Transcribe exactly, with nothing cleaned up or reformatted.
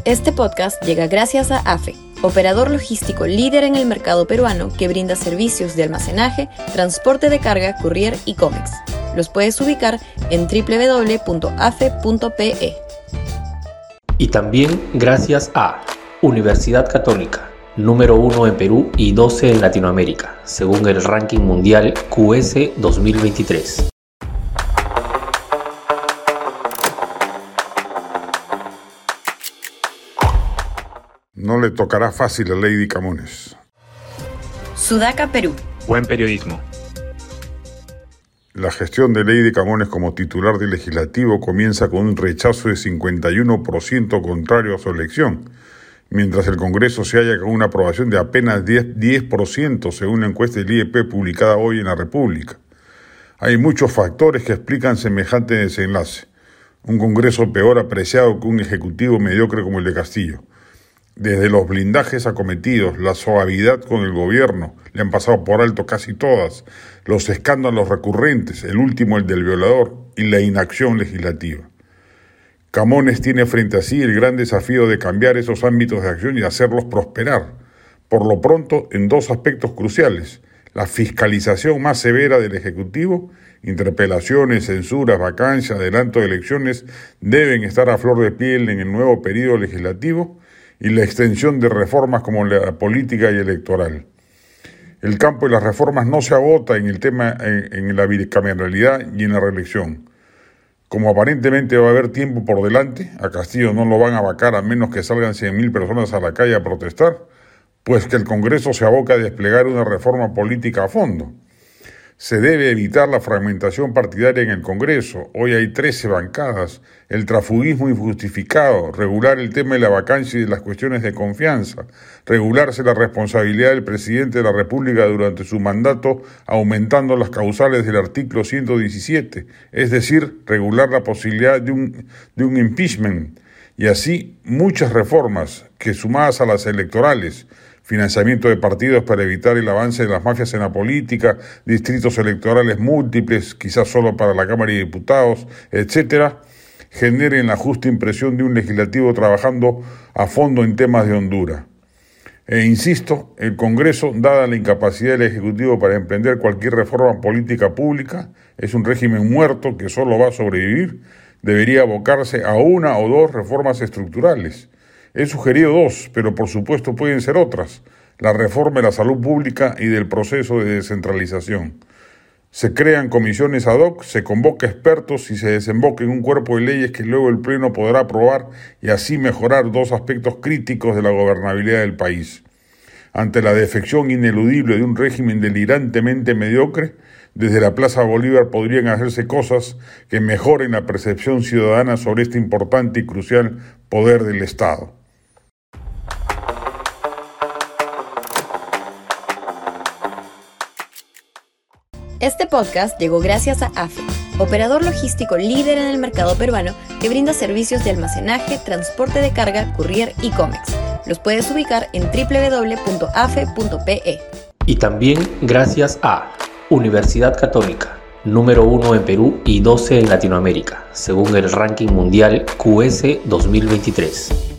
Este podcast llega gracias a AFE, operador logístico líder en el mercado peruano que brinda servicios de almacenaje, transporte de carga, courier y cómics. Los puedes ubicar en doble u doble u doble u punto a f e punto p e. Y también gracias a Universidad Católica, número uno en Perú y doce en Latinoamérica, según el ranking mundial Q S dos mil veintitrés. No le tocará fácil a Lady Camones. Sudaca, Perú. Buen periodismo. La gestión de Lady Camones como titular del Legislativo comienza con un rechazo de cincuenta y uno por ciento contrario a su elección, mientras el Congreso se halla con una aprobación de apenas diez por ciento según la encuesta del I E P publicada hoy en La República. Hay muchos factores que explican semejante desenlace. Un Congreso peor apreciado que un Ejecutivo mediocre como el de Castillo. Desde los blindajes acometidos, la suavidad con el gobierno, le han pasado por alto casi todas, los escándalos recurrentes, el último el del violador, y la inacción legislativa. Camones tiene frente a sí el gran desafío de cambiar esos ámbitos de acción y hacerlos prosperar, por lo pronto en dos aspectos cruciales: la fiscalización más severa del Ejecutivo, interpelaciones, censuras, vacancias, adelanto de elecciones deben estar a flor de piel en el nuevo periodo legislativo, y la extensión de reformas como la política y electoral. El campo de las reformas no se agota en el tema en, en la bicameralidad y en la reelección. Como aparentemente va a haber tiempo por delante, a Castillo no lo van a vacar a menos que salgan cien mil personas a la calle a protestar, pues que el Congreso se aboca a desplegar una reforma política a fondo. Se debe evitar la fragmentación partidaria en el Congreso. Hoy hay trece bancadas, el transfugismo injustificado, regular el tema de la vacancia y de las cuestiones de confianza, regularse la responsabilidad del presidente de la República durante su mandato, aumentando las causales del artículo ciento diecisiete, es decir, regular la posibilidad de un, de un impeachment, y así muchas reformas que, sumadas a las electorales, financiamiento de partidos para evitar el avance de las mafias en la política, distritos electorales múltiples, quizás solo para la Cámara de Diputados, etcétera, generen la justa impresión de un legislativo trabajando a fondo en temas de hondura. E insisto, el Congreso, dada la incapacidad del Ejecutivo para emprender cualquier reforma política pública, es un régimen muerto que solo va a sobrevivir, debería abocarse a una o dos reformas estructurales. He sugerido dos, pero por supuesto pueden ser otras: la reforma de la salud pública y del proceso de descentralización. Se crean comisiones ad hoc, se convoca expertos y se desemboca en un cuerpo de leyes que luego el Pleno podrá aprobar y así mejorar dos aspectos críticos de la gobernabilidad del país. Ante la defección ineludible de un régimen delirantemente mediocre, desde la Plaza Bolívar podrían hacerse cosas que mejoren la percepción ciudadana sobre este importante y crucial poder del Estado. Este podcast llegó gracias a AFE, operador logístico líder en el mercado peruano que brinda servicios de almacenaje, transporte de carga, courier y cómics. Los puedes ubicar en doble u doble u doble u punto a f e punto p e. Y también gracias a Universidad Católica, número uno en Perú y doce en Latinoamérica, según el ranking mundial Q S dos mil veintitrés.